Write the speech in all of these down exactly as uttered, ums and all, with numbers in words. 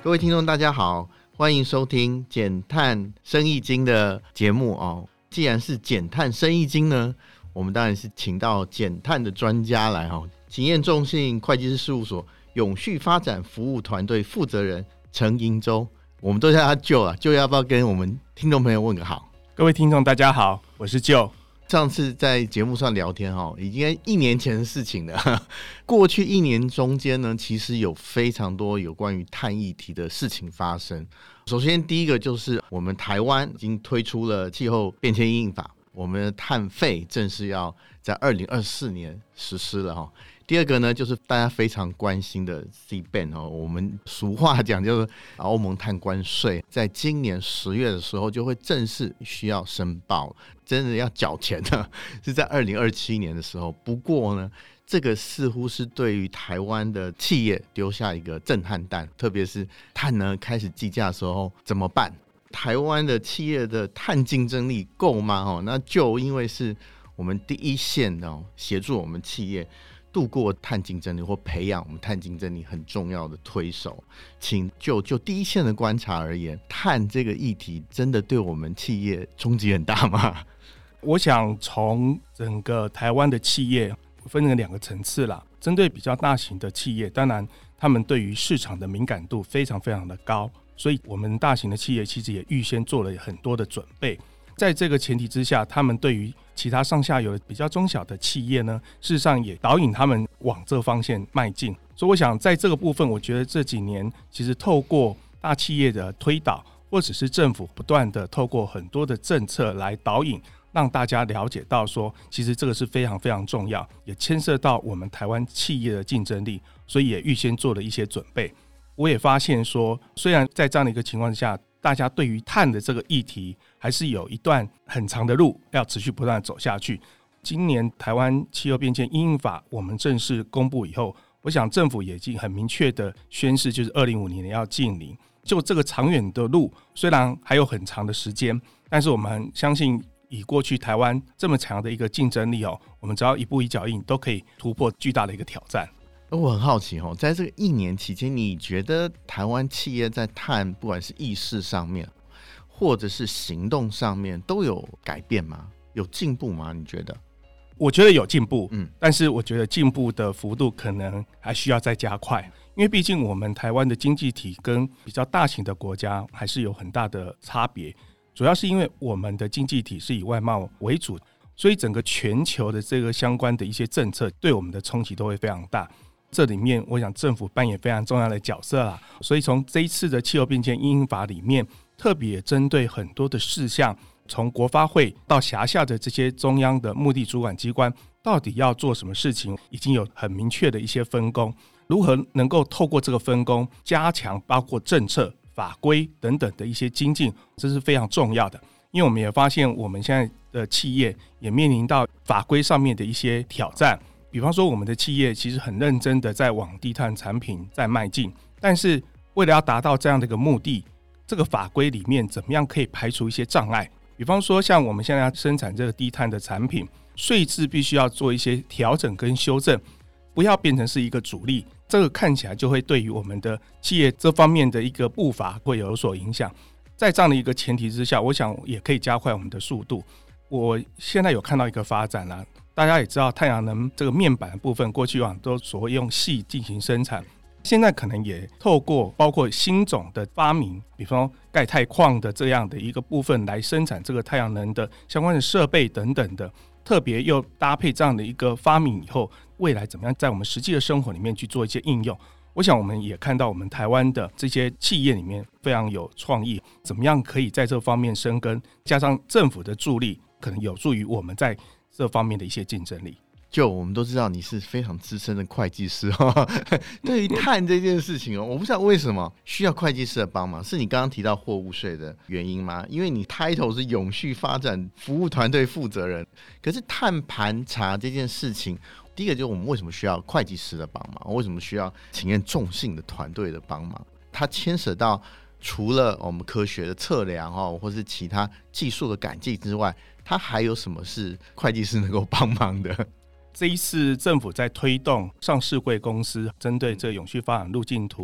各位听众大家好，欢迎收听减碳生意经的节目哦。既然是减碳生意经呢，我们当然是请到减碳的专家来哦。勤业众信会计师事务所永续发展服务团队负责人陈盈洲，我们都叫他舅啊，舅要不要跟我们听众朋友问个好？ 各位听众大家好，我是舅。 上次在节目上聊天已经一年前的事情了。过去一年中间呢，其实有非常多有关于碳议题的事情发生。首先第一个就是我们台湾已经推出了气候变迁因应法，我们的碳费正式要在二零二四年实施了。第二个呢，就是大家非常关心的 C B A N， 我们俗话讲就是欧盟碳关税，在今年十月的时候就会正式需要申报，真的要缴钱的是在二零二七年的时候。不过呢，这个似乎是对于台湾的企业丢下一个震撼弹，特别是碳呢开始计价的时候怎么办？台湾的企业的碳竞争力够吗？那就因为是我们第一线的协助我们企业度过碳竞争力或培养我们碳竞争力很重要的推手，请就就第一线的观察而言，碳这个议题真的对我们企业冲击很大吗？ 我想从整个台湾的企业分成两个层次啦。针对比较大型的企业，当然他们对于市场的敏感度非常非常的高，所以我们大型的企业其实也预先做了很多的准备。在这个前提之下，他们对于其他上下游的比较中小的企业呢，事实上也导引他们往这方向迈进。所以我想在这个部分，我觉得这几年其实透过大企业的推导，或者是政府不断的透过很多的政策来导引，让大家了解到说其实这个是非常非常重要，也牵涉到我们台湾企业的竞争力，所以也预先做了一些准备。我也发现说，虽然在这样的一个情况下，大家对于碳的这个议题还是有一段很长的路要持续不断的走下去。今年台湾气候变迁因应法我们正式公布以后，我想政府也已经很明确的宣示，就是二零五零年要净零。就这个长远的路虽然还有很长的时间，但是我们相信以过去台湾这么强的一个竞争力，我们只要一步一脚印都可以突破巨大的一个挑战。 我很好奇，在这个一年期间，你觉得台湾企业在碳不管是意识上面或者是行动上面都有改变吗？有进步吗？你觉得？ 我觉得有进步， 嗯， 但是我觉得进步的幅度可能还需要再加快，因为毕竟我们台湾的经济体跟比较大型的国家还是有很大的差别，主要是因为我们的经济体是以外贸为主，所以整个全球的这个相关的一些政策对我们的冲击都会非常大。这里面我想政府扮演非常重要的角色啦，所以从这一次的气候变迁因应法里面，特别针对很多的事项，从国发会到辖下的这些中央的目的主管机关，到底要做什么事情，已经有很明确的一些分工。如何能够透过这个分工加强包括政策、法规等等的一些精进，这是非常重要的。因为我们也发现我们现在的企业也面临到法规上面的一些挑战，比方说我们的企业其实很认真的在往低碳产品在迈进，但是为了要达到这样的一个目的，这个法规里面怎么样可以排除一些障碍。比方说像我们现在要生产这个低碳的产品，税制必须要做一些调整跟修正，不要变成是一个阻力，这个看起来就会对于我们的企业这方面的一个步伐会有所影响。在这样的一个前提之下，我想也可以加快我们的速度。我现在有看到一个发展啦，大家也知道太阳能这个面板的部分过去往都所谓用矽进行生产，现在可能也透过包括新种的发明，比方钙钛矿的这样的一个部分来生产这个太阳能的相关的设备等等的，特别又搭配这样的一个发明以后，未来怎么样在我们实际的生活里面去做一些应用。我想我们也看到我们台湾的这些企业里面非常有创意，怎么样可以在这方面生根，加上政府的助力，可能有助于我们在这方面的一些竞争力。 就我们都知道你是非常资深的会计师对于碳这件事情我不知道为什么需要会计师的帮忙，是你刚刚提到货物税的原因吗？因为你 title 是永续发展服务团队负责人，可是碳盘查这件事情，第一个就是我们为什么需要会计师的帮忙，为什么需要勤业众信的团队的帮忙？它牵涉到除了我们科学的测量或是其他技术的改进之外，它还有什么是会计师能够帮忙的？ 这一次政府在推动上市柜公司针对这永续发展路径图，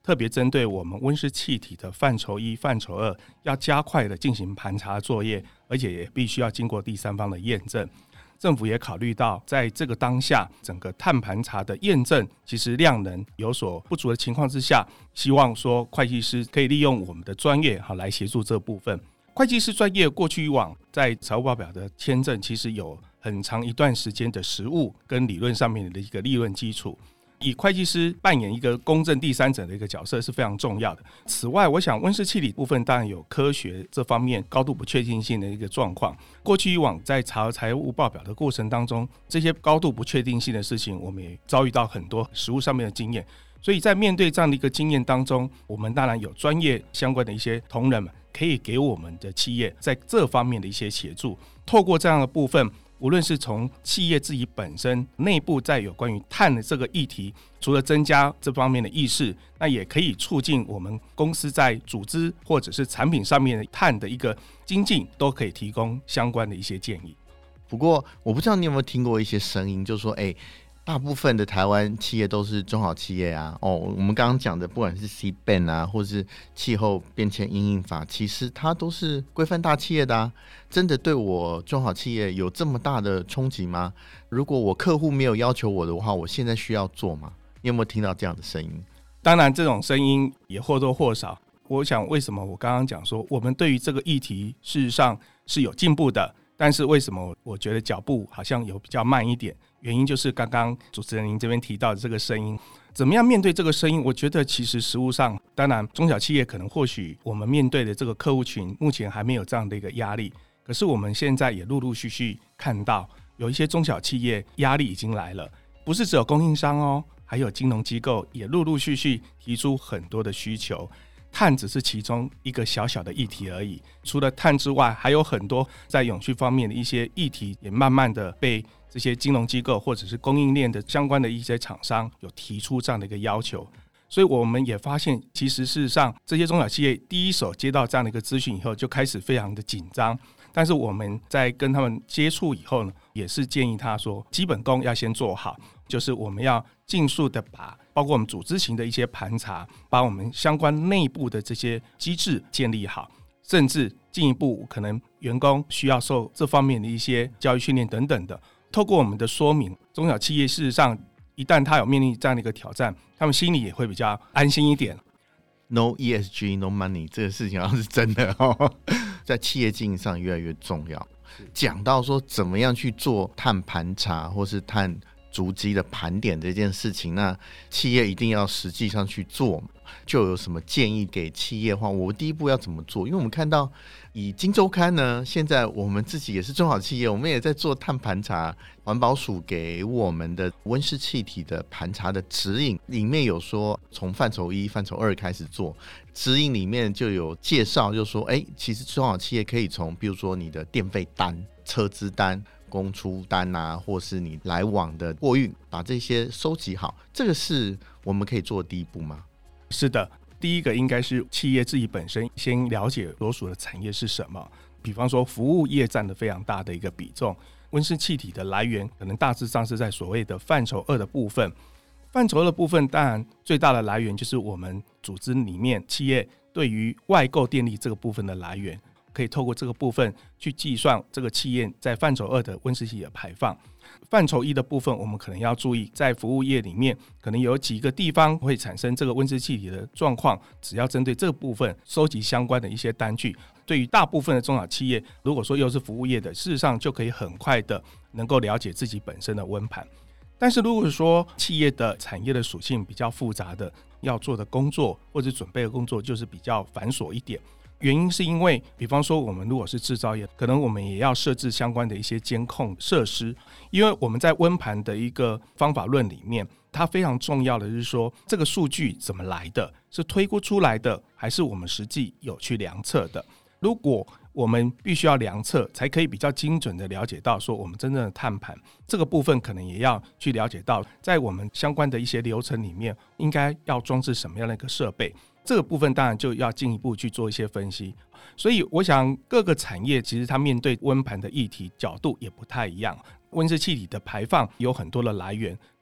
特别针对我们温室气体的范畴一、范畴二，要加快的进行盘查作业，而且也必须要经过第三方的验证。政府也考虑到，在这个当下，整个碳盘查的验证其实量能有所不足的情况之下，希望说会计师可以利用我们的专业来协助这部分。会计师专业过去以往在财务报表的签证，其实有很长一段时间的实务跟理论上面的一个理论基础。以会计师扮演一个公正第三者的一个角色是非常重要的。此外，我想温室气体部分当然有科学这方面高度不确定性的一个状况。过去以往在查财务报表的过程当中，这些高度不确定性的事情，我们也遭遇到很多实务上面的经验。所以在面对这样的一个经验当中，我们当然有专业相关的一些同仁们可以给我们的企业在这方面的一些协助。透过这样的部分，无论是从企业自己本身内部在有关于碳的这个议题，除了增加这方面的意识，那也可以促进我们公司在组织或者是产品上面的碳的一个精进，都可以提供相关的一些建议。 不过我不知道你有没有听过一些声音，就是说哎、欸大部分的台湾企业都是中小企业啊，哦，我们刚刚讲的不管是 C B A N 啊，或是气候变迁因应法，其实它都是规范大企业的啊。真的对我中小企业有这么大的冲击吗？如果我客户没有要求我的话，我现在需要做吗？你有没有听到这样的声音？ 当然，这种声音也或多或少。我想，为什么我刚刚讲说，我们对于这个议题事实上是有进步的，但是为什么我觉得脚步好像有比较慢一点？原因就是刚刚主持人您这边提到的这个声音，怎么样面对这个声音？我觉得其实实务上，当然中小企业可能或许我们面对的这个客户群目前还没有这样的一个压力，可是我们现在也陆陆续续看到有一些中小企业压力已经来了，不是只有供应商哦，还有金融机构也陆陆续续提出很多的需求。碳只是其中一个小小的议题而已，除了碳之外，还有很多在永续方面的一些议题，也慢慢的被这些金融机构或者是供应链的相关的一些厂商有提出这样的一个要求。所以我们也发现，其实事实上这些中小企业第一手接到这样的一个资讯以后，就开始非常的紧张。但是我们在跟他们接触以后呢，也是建议他说，基本功要先做好，就是我们要尽速的把包括我们组织型的一些盘查，把我们相关内部的这些机制建立好，甚至进一步可能员工需要受这方面的一些教育训练等等的。透过我们的说明，中小企业事实上一旦他有面临这样的一个挑战，他们心里也会比较安心一点。 No E S G No Money 这个事情好像是真的哦，在企业经营上越来越重要。讲到说怎么样去做碳盘查或是碳足迹的盘点这件事情，那企业一定要实际上去做，就有什么建议给企业的话，我第一步要怎么做？因为我们看到以今周刊呢，现在我们自己也是中小企业，我们也在做碳盘查，环保署给我们的温室气体的盘查的指引里面有说，从范畴一、范畴二开始做，指引里面就有介绍，就说，哎，其实中小企业可以从，比如说你的电费单、车资单、公出单啊，或是你来往的货运，把这些收集好，这个是我们可以做的第一步吗？ 是的，第一个应该是企业自己本身先了解所属的产业是什么，比方说服务业占了非常大的一个比重，温室气体的来源可能大致上是在所谓的范畴二的部分。范畴二的部分当然最大的来源就是我们组织里面企业对于外购电力这个部分的来源，可以透过这个部分去计算这个企业在范畴二的温室气体的排放。范畴一的部分我们可能要注意，在服务业里面可能有几个地方会产生这个温室气体的状况，只要针对这个部分收集相关的一些单据，对于大部分的中小企业，如果说又是服务业的，事实上就可以很快的能够了解自己本身的温盘。但是如果说企业的产业的属性比较复杂的，要做的工作或者准备的工作就是比较繁琐一点。原因是因为比方说我们如果是制造业，可能我们也要设置相关的一些监控设施，因为我们在温盘的一个方法论里面，它非常重要的是说这个数据怎么来的，是推估出来的还是我们实际有去量测的。如果我们必须要量测才可以比较精准的了解到说我们真正的碳盘，这个部分可能也要去了解到在我们相关的一些流程里面应该要装置什么样的一个设备，这个部分当然就要进一步去做一些分析。所以我想各个产业其实它面对温盘的议题角度也不太一样，温室气体的排放有很多的来源，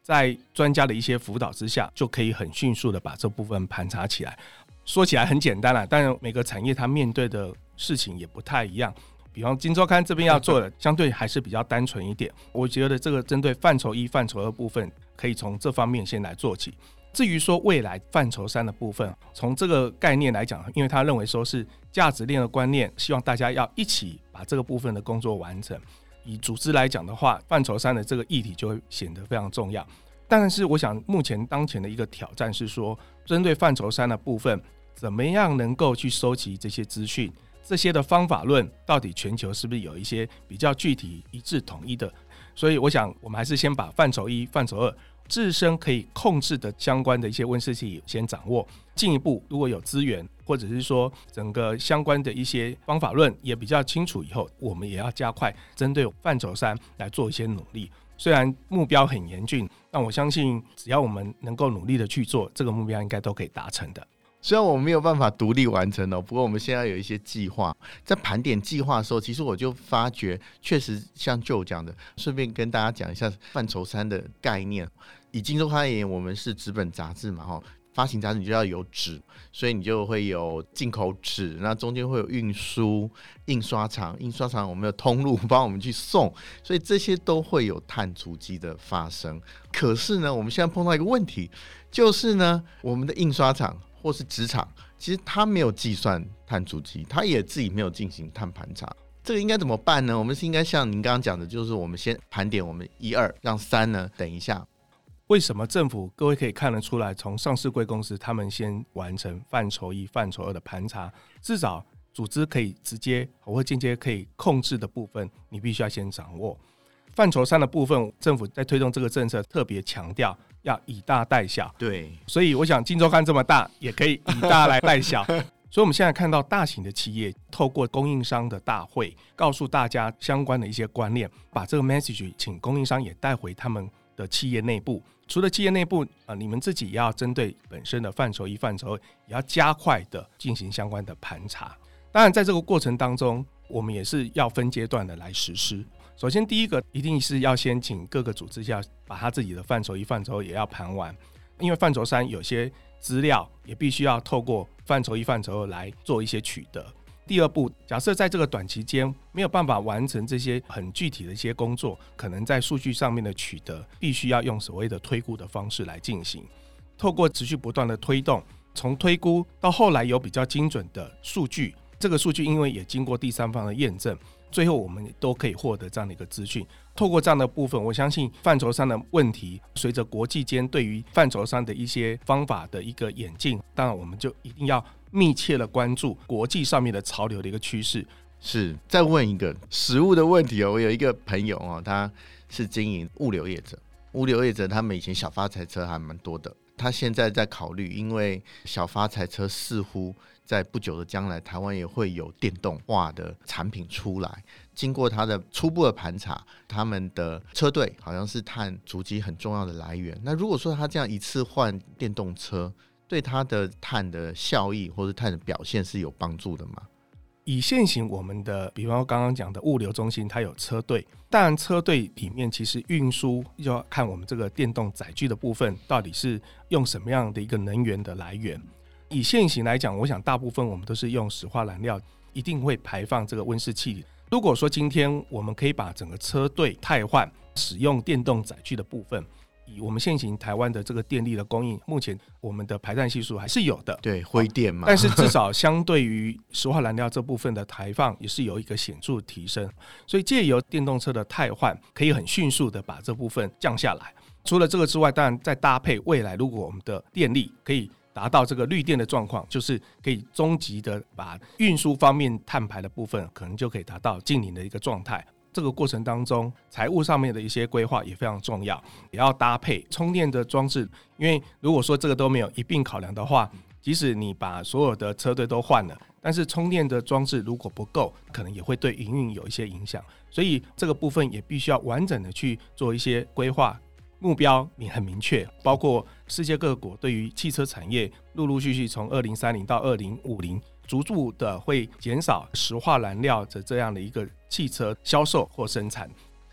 在专家的一些辅导之下，就可以很迅速的把这部分盘查起来。说起来很简单啦，但每个产业它面对的事情也不太一样。比方金周刊这边要做的相对还是比较单纯一点，我觉得这个针对范畴一范畴二部分可以从这方面先来做起。至于说未来范畴三的部分，从这个概念来讲，因为他认为说是价值链的观念，希望大家要一起把这个部分的工作完成。以组织来讲的话，范畴三的这个议题就会显得非常重要。但是我想目前当前的一个挑战是说，针对范畴三的部分，怎么样能够去收集这些资讯，这些的方法论到底全球是不是有一些比较具体一致统一的。所以我想我们还是先把范畴一范畴二自身可以控制的相关的一些温室气体先掌握，进一步如果有资源或者是说整个相关的一些方法论也比较清楚以后，我们也要加快针对范畴三来做一些努力。虽然目标很严峻，但我相信只要我们能够努力的去做，这个目标应该都可以达成的。 虽然我们没有办法独立完成哦，不过我们现在有一些计划。在盘点计划的时候，其实我就发觉，确实像Joe讲的，顺便跟大家讲一下范畴三的概念。以金周刊而言，我们是纸本杂志嘛，发行杂志你就要有纸，所以你就会有进口纸，那中间会有运输、印刷厂，印刷厂我们有通路帮我们去送，所以这些都会有碳足迹的发生。可是呢，我们现在碰到一个问题，就是呢，我们的印刷厂或是纸厂，其实它没有计算碳足迹，它也自己没有进行碳盘查。这个应该怎么办呢？我们是应该像您刚刚讲的，就是我们先盘点我们一二，让三呢等一下。 为什么政府各位可以看得出来，从上市贵公司他们先完成范畴一范畴二的盘查，至少组织可以直接或间接可以控制的部分你必须要先掌握。范畴三的部分，政府在推动这个政策特别强调要以大带小， 对， 所以我想金周刊这么大也可以以大来带小所以我们现在看到大型的企业透过供应商的大会告诉大家相关的一些观念，把这个 message 请供应商也带回他们的企业内部。除了企业内部、呃、你们自己也要针对本身的范畴一范畴二也要加快的进行相关的盘查。当然在这个过程当中，我们也是要分阶段的来实施。首先第一个一定是要先请各个组织要把他自己的范畴一范畴二也要盘完，因为范畴三有些资料也必须要透过范畴一范畴二来做一些取得。第二步，假设在这个短期间没有办法完成这些很具体的一些工作，可能在数据上面的取得必须要用所谓的推估的方式来进行，透过持续不断的推动，从推估到后来有比较精准的数据，这个数据因为也经过第三方的验证，最后我们都可以获得这样的一个资讯。透过这样的部分，我相信范畴三的问题随着国际间对于范畴三的一些方法的一个演进，当然我们就一定要密切的关注国际上面的潮流的一个趋势。 是，再问一个实务的问题哦。我有一个朋友哦，他是经营物流业者，物流业者他们以前小发财车还蛮多的，他现在在考虑，因为小发财车似乎在不久的将来台湾也会有电动化的产品出来，经过他的初步的盘查，他们的车队好像是碳足迹很重要的来源。那如果说他这样一次换电动车，对他的碳的效益或者碳的表现是有帮助的吗？ 以现行我们的比方刚刚讲的物流中心，它有车队，当然车队里面其实运输就要看我们这个电动载具的部分到底是用什么样的一个能源的来源。以现行来讲，我想大部分我们都是用石化燃料，一定会排放这个温室气体。如果说今天我们可以把整个车队汰换使用电动载具的部分，以我们现行台湾的这个电力的供应，目前我们的排碳系数还是有的， 对，灰电嘛， 但是至少相对于石化燃料这部分的排放也是有一个显著提升，所以借由电动车的汰换，可以很迅速的把这部分降下来。除了这个之外，当然再搭配未来如果我们的电力可以达到这个绿电的状况，就是可以终极的把运输方面碳排的部分可能就可以达到净零的一个状态。这个过程当中财务上面的一些规划也非常重要，也要搭配充电的装置，因为如果说这个都没有一并考量的话，即使你把所有的车队都换了，但是充电的装置如果不够，可能也会对营运有一些影响，所以这个部分也必须要完整的去做一些规划。目标也很明确，包括世界各国对于汽车产业陆陆续续从二零三零到二零五零逐步的会减少石化燃料的这样的一个汽车销售或生产。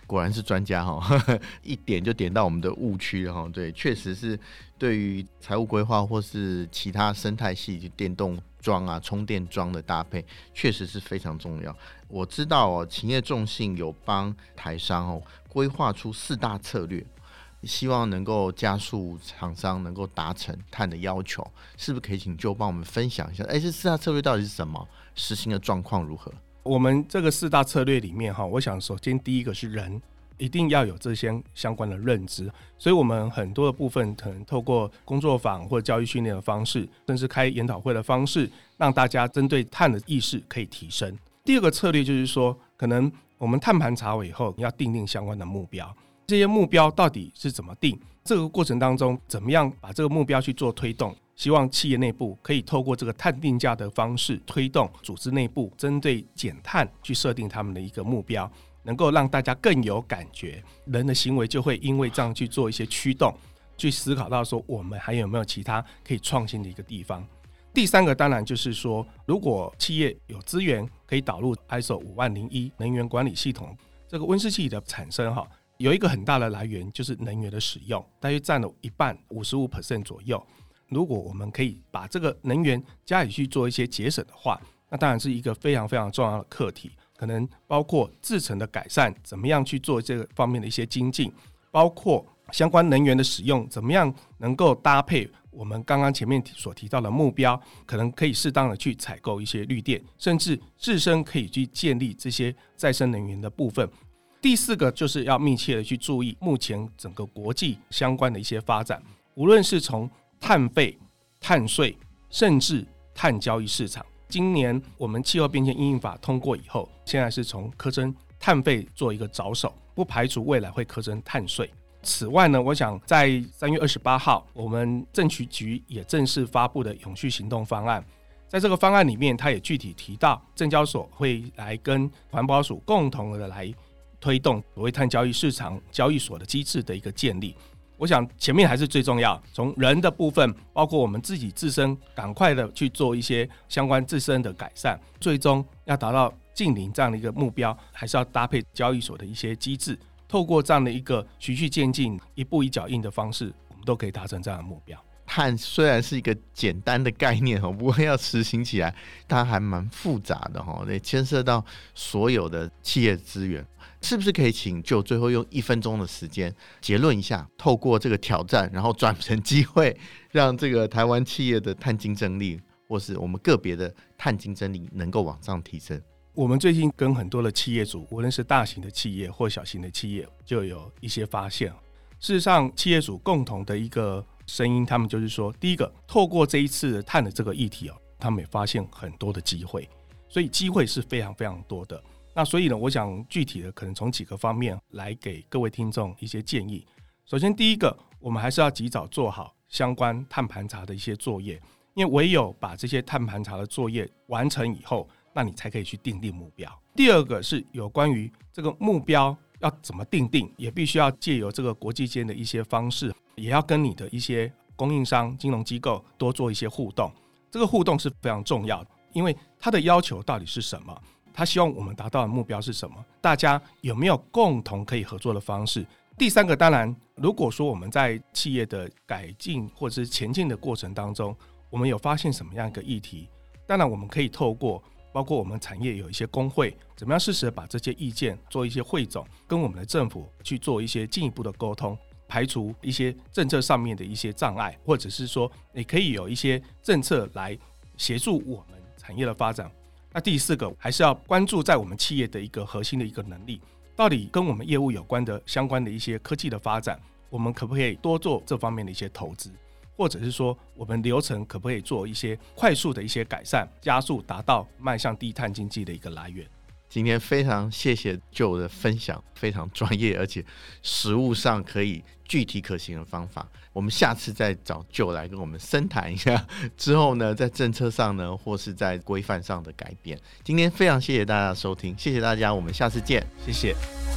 果然是专家哈，一点就点到我们的误区哈。对，确实是对于财务规划或是其他生态系电动桩啊、充电桩的搭配，确实是非常重要。我知道哦，勤业众信有帮台商哦规划出四大策略，希望能够加速厂商能够达成碳的要求，是不是可以请就帮我们分享一下？哎，这四大策略到底是什么？实行的状况如何？ 我们这个四大策略里面，我想首先第一个是人，一定要有这些相关的认知，所以我们很多的部分可能透过工作坊或教育训练的方式，甚至开研讨会的方式，让大家针对碳的意识可以提升。第二个策略就是说，可能我们碳盘查委以后要订定相关的目标，这些目标到底是怎么定，这个过程当中怎么样把这个目标去做推动，希望企业内部可以透过这个碳定价的方式推动组织内部针对减碳去设定他们的一个目标，能够让大家更有感觉，人的行为就会因为这样去做一些驱动，去思考到说我们还有没有其他可以创新的一个地方。第三个当然就是说，如果企业有资源可以导入 I S O 五万零一能源管理系统，这个温室气体的产生有一个很大的来源就是能源的使用，大约占了一半 百分之五十五 左右。如果我们可以把这个能源加以去做一些节省的话，那当然是一个非常非常重要的课题，可能包括制程的改善，怎么样去做这个方面的一些精进，包括相关能源的使用，怎么样能够搭配我们刚刚前面所提到的目标，可能可以适当的去采购一些绿电，甚至自身可以去建立这些再生能源的部分。第四个就是要密切的去注意目前整个国际相关的一些发展，无论是从碳费、碳税，甚至碳交易市场。今年我们气候变迁因应法通过以后，现在是从课征碳费做一个着手，不排除未来会课征碳税。此外呢，我想在三月二十八号，我们政企局也正式发布的永续行动方案，在这个方案里面，它也具体提到证交所会来跟环保署共同的来推动所谓碳交易市场交易所的机制的一个建立。我想前面还是最重要，从人的部分，包括我们自己自身赶快的去做一些相关自身的改善，最终要达到净零这样的一个目标，还是要搭配交易所的一些机制，透过这样的一个循序渐进、一步一脚印的方式，我们都可以达成这样的目标。 碳虽然是一个简单的概念，不过要实行起来它还蛮复杂的，得牵涉到所有的企业资源。是不是可以请就最后用一分钟的时间结论一下，透过这个挑战然后转成机会，让这个台湾企业的碳竞争力或是我们个别的碳竞争力能够往上提升？ 我们最近跟很多的企业主，无论是大型的企业或小型的企业，就有一些发现。事实上企业主共同的一个声音，他们就是说，第一个，透过这一次碳的这个议题，他们也发现很多的机会，所以机会是非常非常多的。那所以呢，我想具体的可能从几个方面来给各位听众一些建议。首先第一个，我们还是要及早做好相关碳盘查的一些作业，因为唯有把这些碳盘查的作业完成以后，那你才可以去定定目标。第二个是有关于这个目标要怎么定定，也必须要借由这个国际间的一些方式，也要跟你的一些供应商、金融机构多做一些互动。这个互动是非常重要的，因为它的要求到底是什么，他希望我们达到的目标是什么，大家有没有共同可以合作的方式。第三个，当然如果说我们在企业的改进或者是前进的过程当中，我们有发现什么样一个议题，当然我们可以透过包括我们产业有一些工会，怎么样适时的把这些意见做一些汇总，跟我们的政府去做一些进一步的沟通，排除一些政策上面的一些障碍，或者是说也可以有一些政策来协助我们产业的发展。那第四个，还是要关注在我们企业的一个核心的一个能力，到底跟我们业务有关的相关的一些科技的发展，我们可不可以多做这方面的一些投资，或者是说我们流程可不可以做一些快速的一些改善，加速达到迈向低碳经济的一个来源。 今天非常谢谢 Joe 的分享，非常专业，而且实务上可以具体可行的方法。我们下次再找 Joe 来跟我们深谈一下之后呢，在政策上呢，或是在规范上的改变。今天非常谢谢大家的收听，谢谢大家，我们下次见， 谢谢。